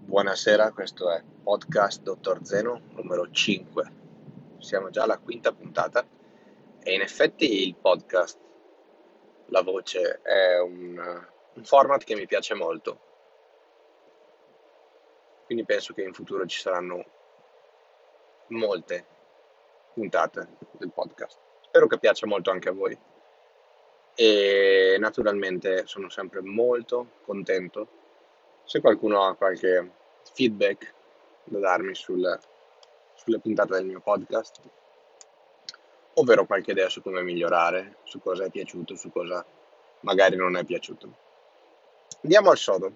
Buonasera, questo è Podcast Dottor Zeno numero 5. Siamo già alla quinta puntata e in effetti il podcast, la voce, è un format che mi piace molto, quindi penso che in futuro ci saranno molte puntate del podcast. Spero che piaccia molto anche a voi e naturalmente sono sempre molto contento se qualcuno ha qualche feedback da darmi sulle puntate del mio podcast, ovvero qualche idea su come migliorare, su cosa è piaciuto, su cosa magari non è piaciuto. Andiamo al sodo.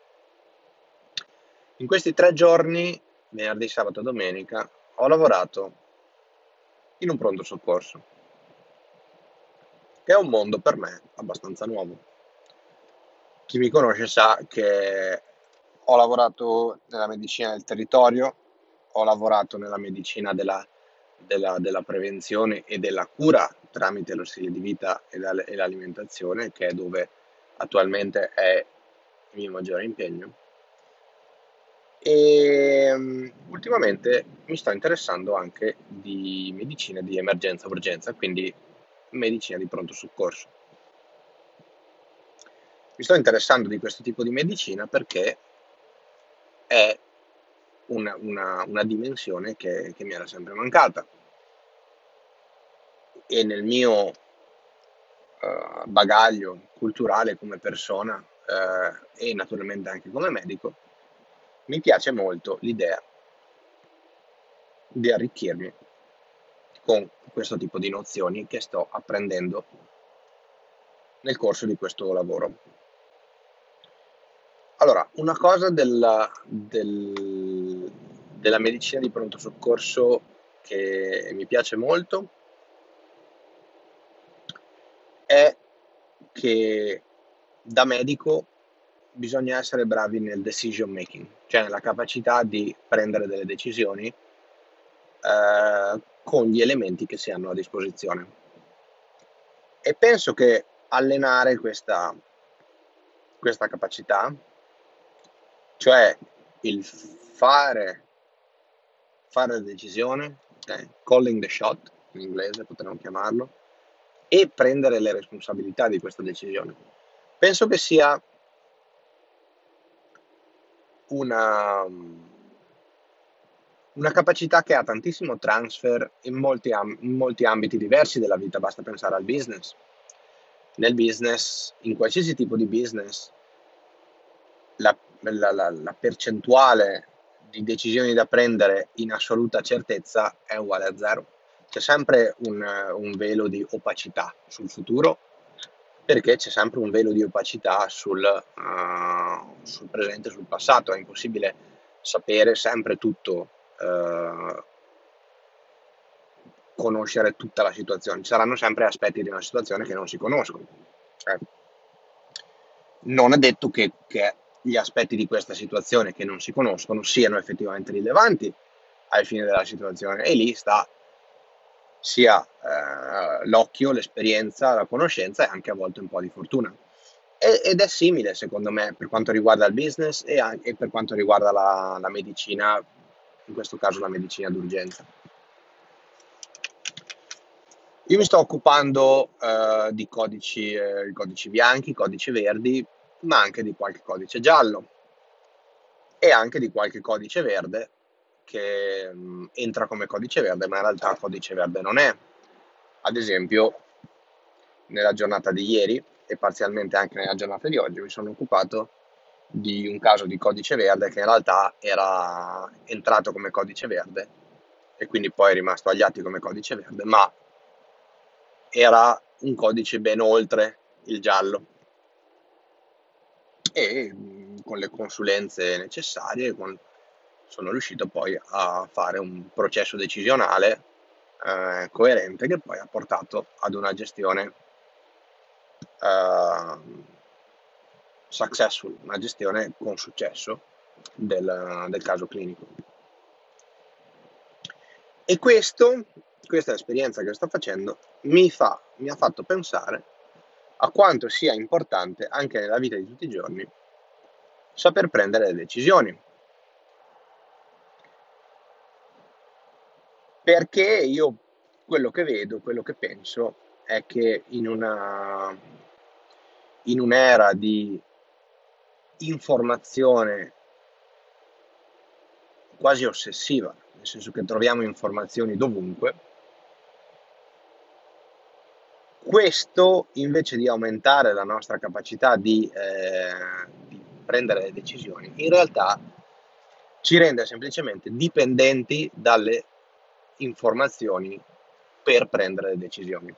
In questi 3 giorni, venerdì, sabato e domenica, ho lavorato in un pronto soccorso, che è un mondo per me abbastanza nuovo. Chi mi conosce sa che ho lavorato nella medicina del territorio, ho lavorato nella medicina della prevenzione e della cura tramite lo stile di vita e l'alimentazione, che è dove attualmente è il mio maggiore impegno. E ultimamente mi sto interessando anche di medicina di emergenza-urgenza, quindi medicina di pronto soccorso. Mi sto interessando di questo tipo di medicina perché è una dimensione che mi era sempre mancata e nel mio bagaglio culturale come persona e naturalmente anche come medico, mi piace molto l'idea di arricchirmi con questo tipo di nozioni che sto apprendendo nel corso di questo lavoro. Allora, una cosa della medicina di pronto soccorso che mi piace molto è che da medico bisogna essere bravi nel decision making, cioè nella capacità di prendere delle decisioni con gli elementi che si hanno a disposizione. E penso che allenare questa capacità, cioè il fare la decisione, ok? Calling the shot, in inglese potremmo chiamarlo, e prendere le responsabilità di questa decisione. Penso che sia una, una capacità che ha tantissimo transfer in molti ambiti diversi della vita, basta pensare al business. Nel business, in qualsiasi tipo di business, la percentuale di decisioni da prendere in assoluta certezza è uguale a zero. C'è sempre un velo di opacità sul futuro, perché c'è sempre un velo di opacità sul presente e sul passato. È impossibile sapere sempre tutto, conoscere tutta la situazione. Ci saranno sempre aspetti di una situazione che non si conoscono. Cioè, non è detto che gli aspetti di questa situazione che non si conoscono siano effettivamente rilevanti ai fini della situazione, e lì sta sia l'occhio, l'esperienza, la conoscenza e anche a volte un po' di fortuna. Ed è simile, secondo me, per quanto riguarda il business e per quanto riguarda la medicina, in questo caso la medicina d'urgenza. Io mi sto occupando di codici bianchi, codici verdi, ma anche di qualche codice giallo e anche di qualche codice verde che entra come codice verde, ma in realtà codice verde non è. Ad esempio, nella giornata di ieri e parzialmente anche nella giornata di oggi mi sono occupato di un caso di codice verde che in realtà era entrato come codice verde e quindi poi è rimasto agli atti come codice verde, ma era un codice ben oltre il giallo. E con le consulenze necessarie sono riuscito poi a fare un processo decisionale coerente, che poi ha portato ad una gestione eh, successful, una gestione con successo del caso clinico. E questa esperienza che sto facendo mi ha fatto pensare a quanto sia importante anche nella vita di tutti i giorni saper prendere le decisioni. perché io quello che vedo, quello che penso è che in un'era di informazione quasi ossessiva, nel senso che troviamo informazioni dovunque, questo invece di aumentare la nostra capacità di prendere le decisioni, in realtà ci rende semplicemente dipendenti dalle informazioni per prendere le decisioni.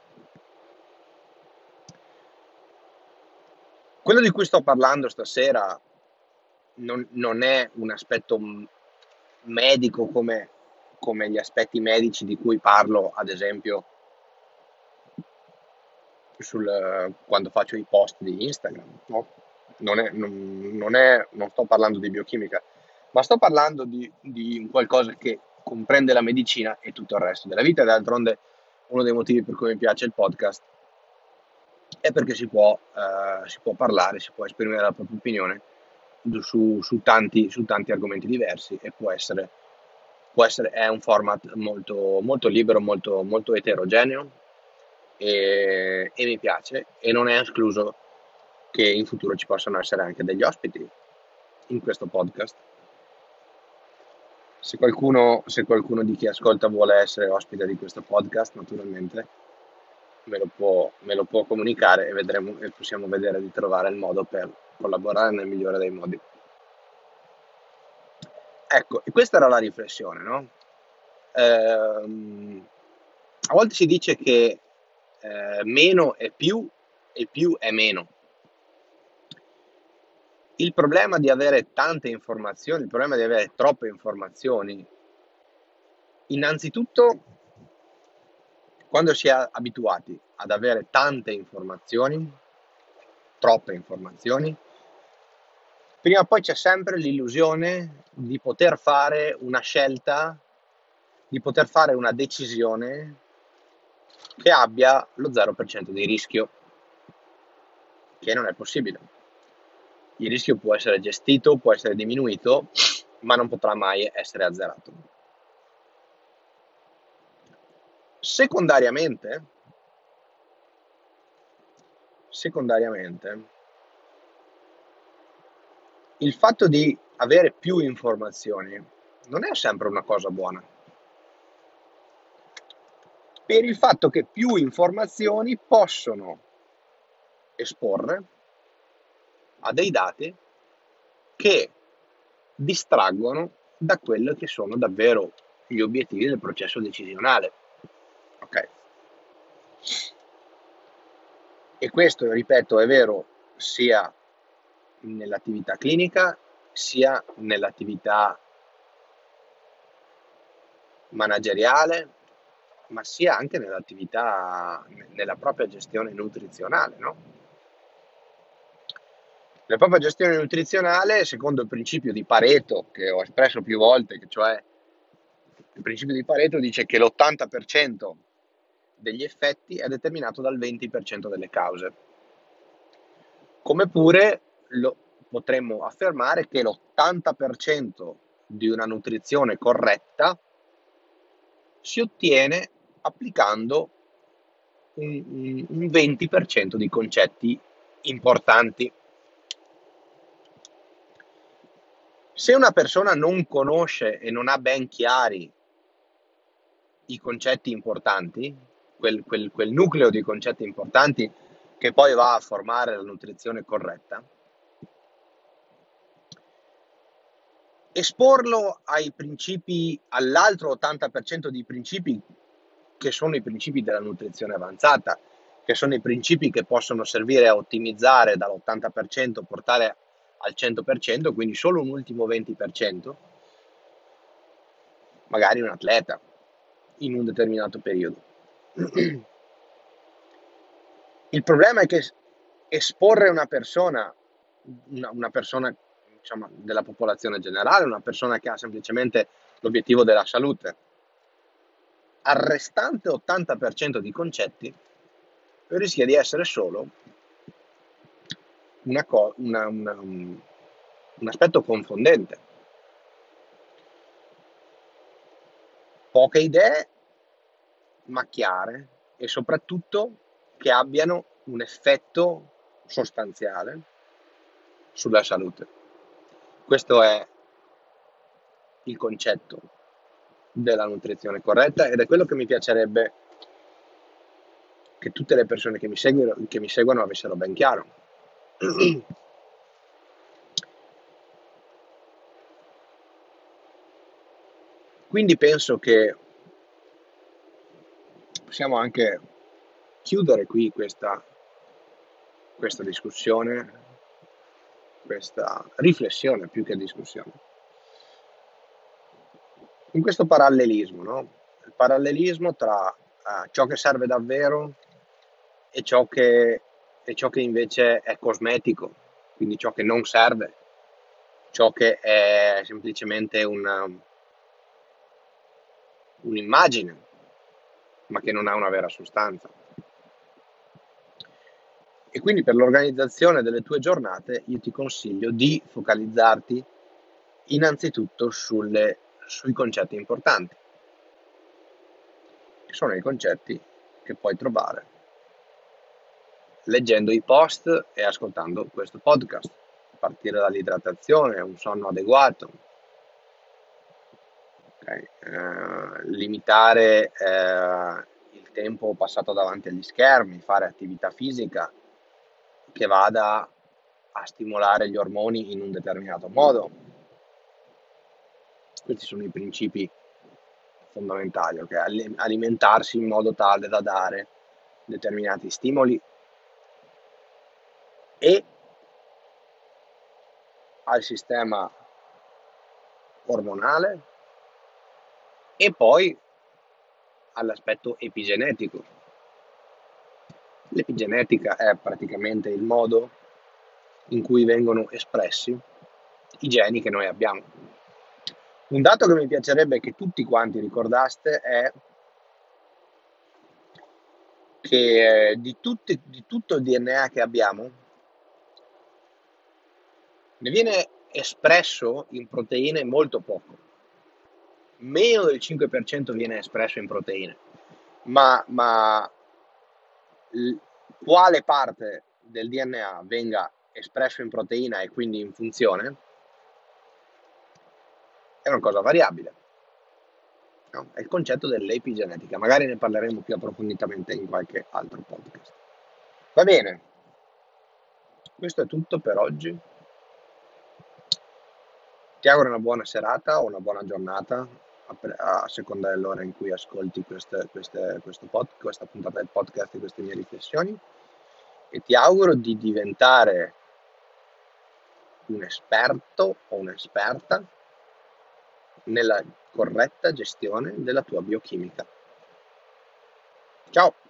Quello di cui sto parlando stasera non è un aspetto medico come gli aspetti medici di cui parlo, ad esempio, quando faccio i post di Instagram, no? Non sto parlando di biochimica, ma sto parlando di un qualcosa che comprende la medicina e tutto il resto della vita. E d'altronde uno dei motivi per cui mi piace il podcast è perché si può parlare, si può esprimere la propria opinione su tanti argomenti diversi e è un format molto, molto libero, molto, molto eterogeneo e mi piace e non è escluso che in futuro ci possano essere anche degli ospiti in questo podcast. Se qualcuno di chi ascolta vuole essere ospite di questo podcast, naturalmente me lo può comunicare e vedremo e possiamo vedere di trovare il modo per collaborare nel migliore dei modi. Ecco, e questa era la riflessione, no? A volte si dice che meno è più e più è meno. Il problema di avere tante informazioni, il problema di avere troppe informazioni, innanzitutto, quando si è abituati ad avere tante informazioni, troppe informazioni, prima o poi c'è sempre l'illusione di poter fare una scelta, di poter fare una decisione che abbia lo 0% di rischio, che non è possibile. Il rischio può essere gestito, può essere diminuito, ma non potrà mai essere azzerato. Secondariamente, secondariamente, il fatto di avere più informazioni non è sempre una cosa buona, per il fatto che più informazioni possono esporre a dei dati che distraggono da quello che sono davvero gli obiettivi del processo decisionale. Ok? E questo, ripeto, è vero sia nell'attività clinica, sia nell'attività manageriale, ma sia anche nella propria gestione nutrizionale, no? La propria gestione nutrizionale, secondo il principio di Pareto, che ho espresso più volte, che cioè il principio di Pareto dice che l'80% degli effetti è determinato dal 20% delle cause. Come pure potremmo affermare che l'80% di una nutrizione corretta si ottiene applicando un 20% di concetti importanti. Se una persona non conosce e non ha ben chiari i concetti importanti, quel nucleo di concetti importanti che poi va a formare la nutrizione corretta, esporlo ai principi, all'altro 80% di principi che sono i principi della nutrizione avanzata, che sono i principi che possono servire a ottimizzare dall'80%, portare al 100%, quindi solo un ultimo 20%, magari un atleta in un determinato periodo. Il problema è che esporre una persona diciamo, della popolazione generale, una persona che ha semplicemente l'obiettivo della salute, al restante 80% di concetti rischia di essere solo un aspetto confondente. Poche idee macchiare e soprattutto che abbiano un effetto sostanziale sulla salute. Questo è il concetto della nutrizione corretta ed è quello che mi piacerebbe che tutte le persone che mi seguono avessero ben chiaro. Quindi penso che possiamo anche chiudere qui questa discussione, questa riflessione più che discussione, in questo parallelismo, no? Il parallelismo tra ciò che serve davvero e ciò che invece è cosmetico, quindi ciò che non serve, ciò che è semplicemente un'immagine, ma che non ha una vera sostanza. E quindi per l'organizzazione delle tue giornate io ti consiglio di focalizzarti innanzitutto sui concetti importanti, che sono i concetti che puoi trovare leggendo i post e ascoltando questo podcast, a partire dall'idratazione, un sonno adeguato, okay? Limitare il tempo passato davanti agli schermi, fare attività fisica che vada a stimolare gli ormoni in un determinato modo. Questi sono i principi fondamentali, okay? Alimentarsi in modo tale da dare determinati stimoli e al sistema ormonale e poi all'aspetto epigenetico. L'epigenetica è praticamente il modo in cui vengono espressi i geni che noi abbiamo. Un dato che mi piacerebbe che tutti quanti ricordaste è che di tutto il DNA che abbiamo ne viene espresso in proteine molto poco. Meno del 5% viene espresso in proteine. Ma quale parte del DNA venga espresso in proteina e quindi in funzione è una cosa variabile, no? È il concetto dell'epigenetica, magari ne parleremo più approfonditamente in qualche altro podcast. Va bene, questo è tutto per oggi. Ti auguro una buona serata o una buona giornata a seconda dell'ora in cui ascolti questa puntata del podcast e queste mie riflessioni e ti auguro di diventare un esperto o un'esperta nella corretta gestione della tua biochimica. Ciao!